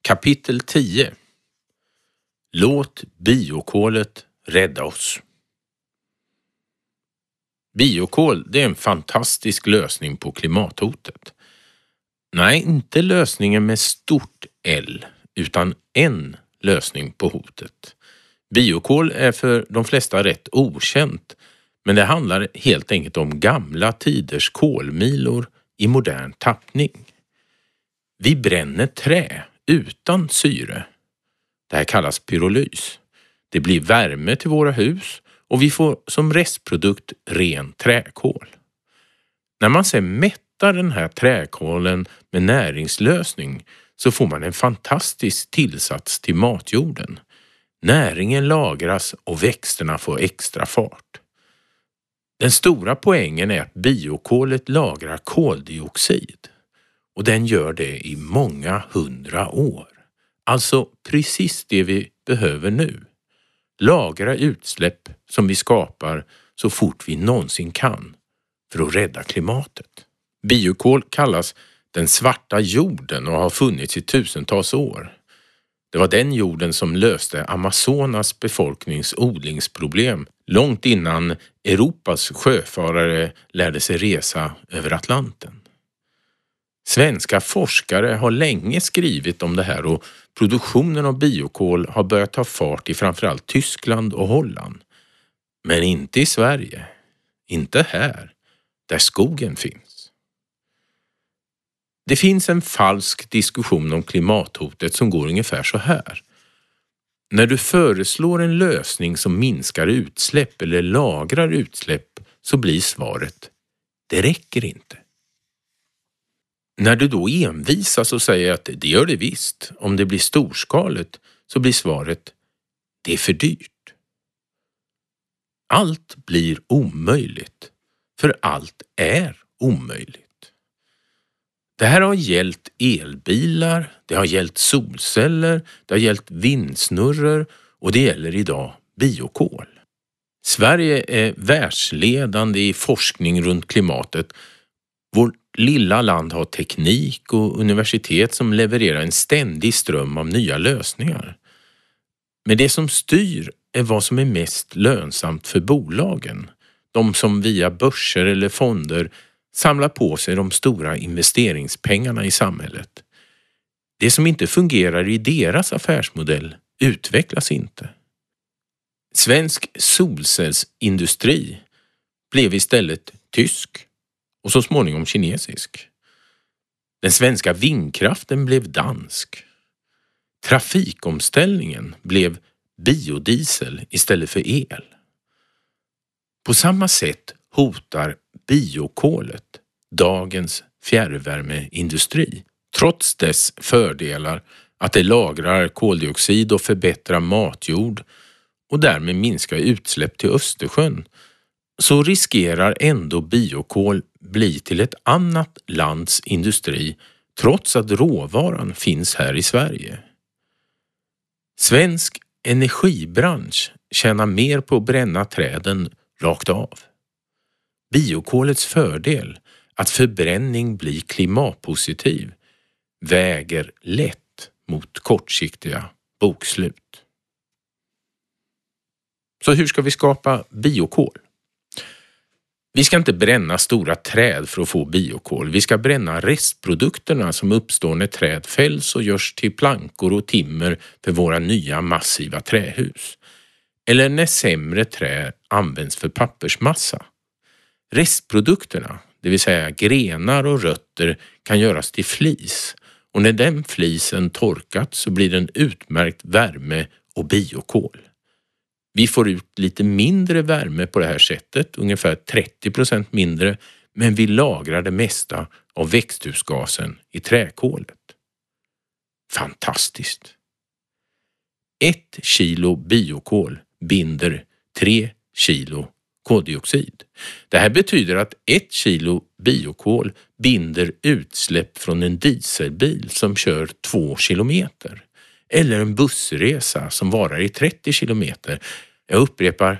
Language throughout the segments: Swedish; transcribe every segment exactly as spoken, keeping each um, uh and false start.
Kapitel tio. Låt biokolet rädda oss. Biokol, det är en fantastisk lösning på klimathotet. Nej, inte lösningen med stort L, utan en lösning på hotet. Biokol är för de flesta rätt okänt, men det handlar helt enkelt om gamla tiders kolmilor i modern tappning. Vi bränner trä utan syre. Det här kallas pyrolys. Det blir värme till våra hus och vi får som restprodukt ren träkol. När man sedan mättar den här träkolen med näringslösning så får man en fantastisk tillsats till matjorden. Näringen lagras och växterna får extra fart. Den stora poängen är att biokolet lagrar koldioxid. Och den gör det i många hundra år. Alltså precis det vi behöver nu. Lagra utsläpp som vi skapar så fort vi någonsin kan för att rädda klimatet. Biokol kallas den svarta jorden och har funnits i tusentals år. Det var den jorden som löste Amazonas befolknings odlingsproblem långt innan Europas sjöfarare lärde sig resa över Atlanten. Svenska forskare har länge skrivit om det här och produktionen av biokol har börjat ta fart i framförallt Tyskland och Holland. Men inte i Sverige. Inte här, där skogen finns. Det finns en falsk diskussion om klimathotet som går ungefär så här. När du föreslår en lösning som minskar utsläpp eller lagrar utsläpp så blir svaret: det räcker inte. När du då envisas och säger att det gör det visst, om det blir storskaligt, så blir svaret: det är för dyrt. Allt blir omöjligt, för allt är omöjligt. Det här har gällt elbilar, det har gällt solceller, det har gällt vindsnurror och det gäller idag biokol. Sverige är världsledande i forskning runt klimatet. Vårt lilla land har teknik och universitet som levererar en ständig ström av nya lösningar. Men det som styr är vad som är mest lönsamt för bolagen. De som via börser eller fonder samlar på sig de stora investeringspengarna i samhället. Det som inte fungerar i deras affärsmodell utvecklas inte. Svensk solcellsindustri blev istället tysk och så småningom kinesisk. Den svenska vindkraften blev dansk. Trafikomställningen blev biodiesel istället för el. På samma sätt hotar biokolet dagens fjärrvärmeindustri, trots dess fördelar att det lagrar koldioxid och förbättrar matjord och därmed minskar utsläpp till Östersjön, så riskerar ändå biokol bli till ett annat lands industri trots att råvaran finns här i Sverige. Svensk energibransch tjänar mer på att bränna träden rakt av. Biokolets fördel, att förbränning blir klimatpositiv, väger lätt mot kortsiktiga bokslut. Så hur ska vi skapa biokol? Vi ska inte bränna stora träd för att få biokol. Vi ska bränna restprodukterna som uppstår när träd fälls och görs till plankor och timmer för våra nya massiva trähus. Eller när sämre trä används för pappersmassa. Restprodukterna, det vill säga grenar och rötter, kan göras till flis. Och när den flisen torkat så blir den utmärkt värme och biokol. Vi får ut lite mindre värme på det här sättet, ungefär trettio procent mindre, men vi lagrar det mesta av växthusgasen i träkolet. Fantastiskt! Ett kilo biokol binder tre kilo koldioxid. Det här betyder att ett kilo biokol binder utsläpp från en dieselbil som kör två kilometer. Eller en bussresa som varar i trettio kilometer. Jag upprepar,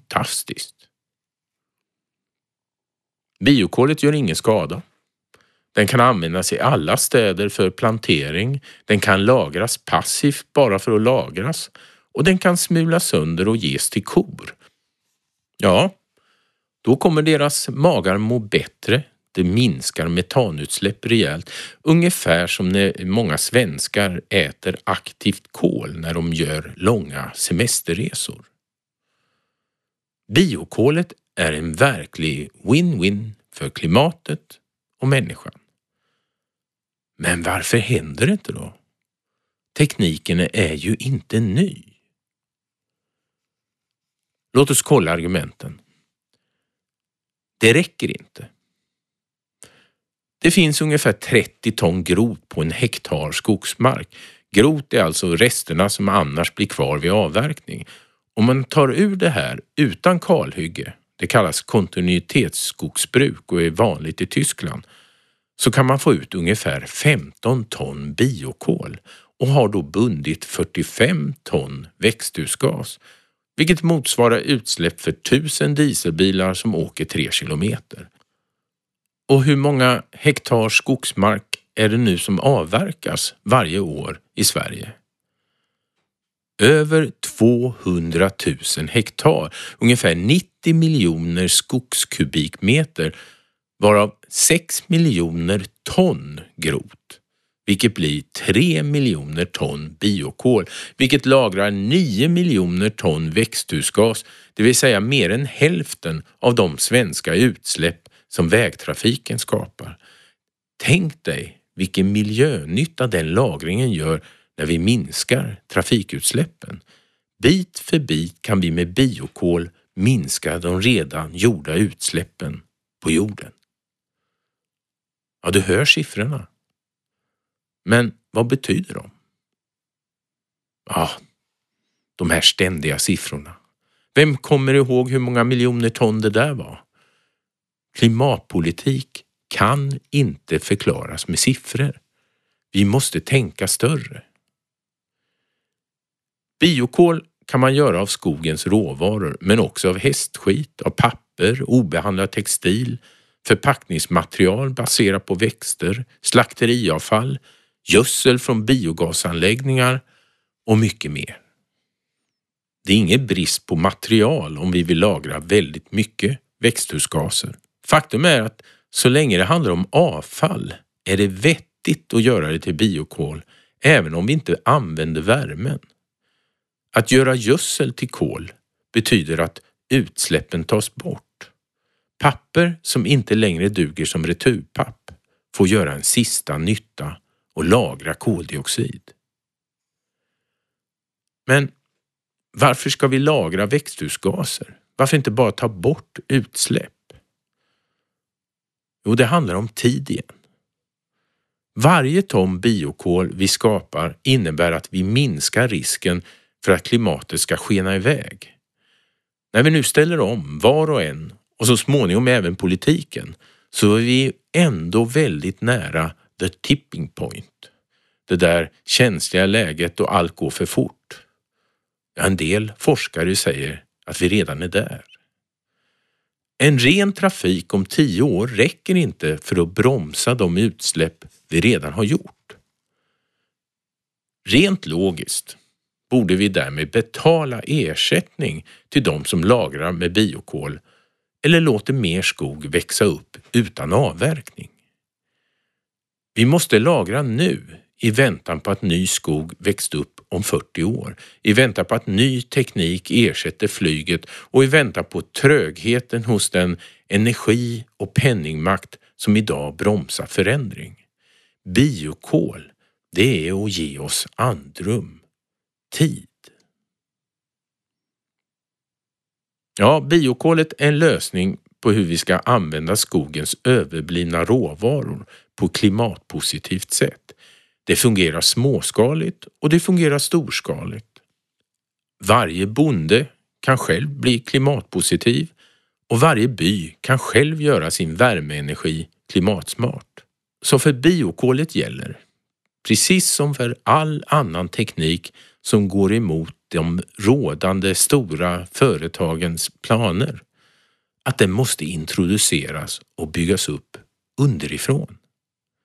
fantastiskt. Biokolet gör ingen skada. Den kan användas i alla städer för plantering. Den kan lagras passivt bara för att lagras. Och den kan smulas sönder och ges till kor. Ja, då kommer deras magar må bättre. Det minskar metanutsläpp rejält. Ungefär som när många svenskar äter aktivt kol när de gör långa semesterresor. Biokolet är en verklig win-win för klimatet och människan. Men varför händer det inte då? Tekniken är ju inte ny. Låt oss kolla argumenten. Det räcker inte. Det finns ungefär trettio ton grot på en hektar skogsmark. Grot är alltså resterna som annars blir kvar vid avverkning. Om man tar ur det här utan kalhygge, det kallas kontinuitetsskogsbruk och är vanligt i Tyskland, så kan man få ut ungefär femton ton biokol och har då bundit fyrtiofem ton växthusgas, vilket motsvarar utsläpp för tusen dieselbilar som åker tre kilometer. Och hur många hektar skogsmark är det nu som avverkas varje år i Sverige? Över tvåhundratusen hektar, ungefär nittio miljoner skogskubikmeter, varav sex miljoner ton grot, vilket blir tre miljoner ton biokol, vilket lagrar nio miljoner ton växthusgas, det vill säga mer än hälften av de svenska utsläpp som vägtrafiken skapar. Tänk dig vilken miljönytta den lagringen gör när vi minskar trafikutsläppen. Bit för bit kan vi med biokol minska de redan gjorda utsläppen på jorden. Ja, du hör siffrorna. Men vad betyder de? Ja, de här ständiga siffrorna. Vem kommer ihåg hur många miljoner ton det där var? Klimatpolitik kan inte förklaras med siffror. Vi måste tänka större. Biokol kan man göra av skogens råvaror, men också av hästskit, av papper, obehandlad textil, förpackningsmaterial baserat på växter, slakteriavfall, gödsel från biogasanläggningar och mycket mer. Det är ingen brist på material om vi vill lagra väldigt mycket växthusgaser. Faktum är att så länge det handlar om avfall är det vettigt att göra det till biokol även om vi inte använder värmen. Att göra gödsel till kol betyder att utsläppen tas bort. Papper som inte längre duger som returpapp får göra en sista nytta och lagra koldioxid. Men varför ska vi lagra växthusgaser? Varför inte bara ta bort utsläpp? Jo, det handlar om tid igen. Varje ton biokol vi skapar innebär att vi minskar risken för att klimatet ska skena iväg. När vi nu ställer om var och en och så småningom även politiken, så är vi ändå väldigt nära the tipping point. Det där känsliga läget och allt går för fort. En del forskare säger att vi redan är där. En ren trafik om tio år räcker inte för att bromsa de utsläpp vi redan har gjort. Rent logiskt borde vi därmed betala ersättning till de som lagrar med biokol eller låter mer skog växa upp utan avverkning. Vi måste lagra nu i väntan på att ny skog växt upp om fyrtio år, i väntan på att ny teknik ersätter flyget och i väntan på trögheten hos den energi- och penningmakt som idag bromsar förändring. Biokol, det är att ge oss andrum, tid. Ja, biokolet är en lösning på hur vi ska använda skogens överblivna råvaror på klimatpositivt sätt. Det fungerar småskaligt och det fungerar storskaligt. Varje bonde kan själv bli klimatpositiv och varje by kan själv göra sin värmeenergi klimatsmart. Så för biokolet gäller, precis som för all annan teknik som går emot de rådande stora företagens planer, att den måste introduceras och byggas upp underifrån.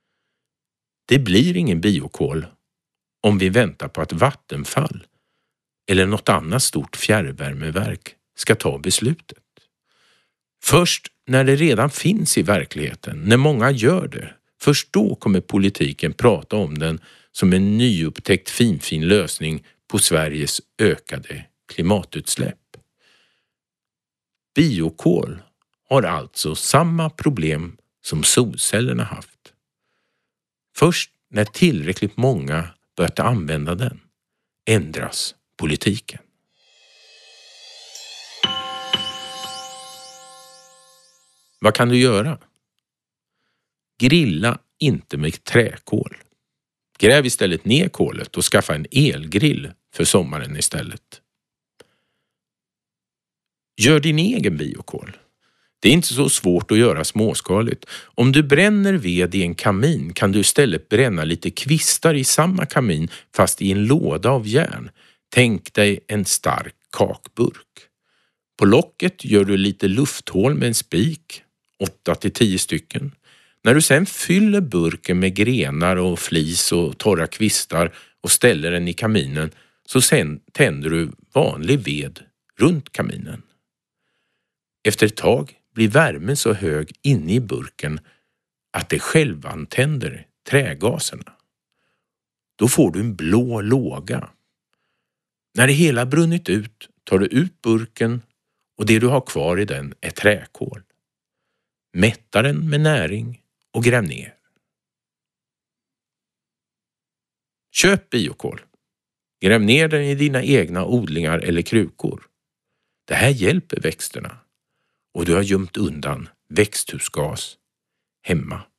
Det blir ingen biokol om vi väntar på att Vattenfall eller något annat stort fjärrvärmeverk ska ta beslutet. Först när det redan finns i verkligheten, när många gör det, först då kommer politiken prata om den som en nyupptäckt finfin lösning på Sveriges ökade klimatutsläpp. Biokol har alltså samma problem som solcellerna haft. Först när tillräckligt många börjat använda den ändras politiken. Vad kan du göra? Grilla inte med träkol. Gräv istället ner kolet och skaffa en elgrill för sommaren istället. Gör din egen biokol. Det är inte så svårt att göra småskaligt. Om du bränner ved i en kamin kan du istället bränna lite kvistar i samma kamin fast i en låda av järn. Tänk dig en stark kakburk. På locket gör du lite lufthål med en spik, åtta till tio stycken. När du sen fyller burken med grenar och flis och torra kvistar och ställer den i kaminen så sen tänder du vanlig ved runt kaminen. Efter ett tag blir värmen så hög inne i burken att det självantänder trägaserna. Då får du en blå låga. När det hela brunnit ut tar du ut burken och det du har kvar i den är träkol. Mätta den med näring och gräv ner. Köp biokol. Gräv ner den i dina egna odlingar eller krukor. Det här hjälper växterna och du har gömt undan växthusgas hemma.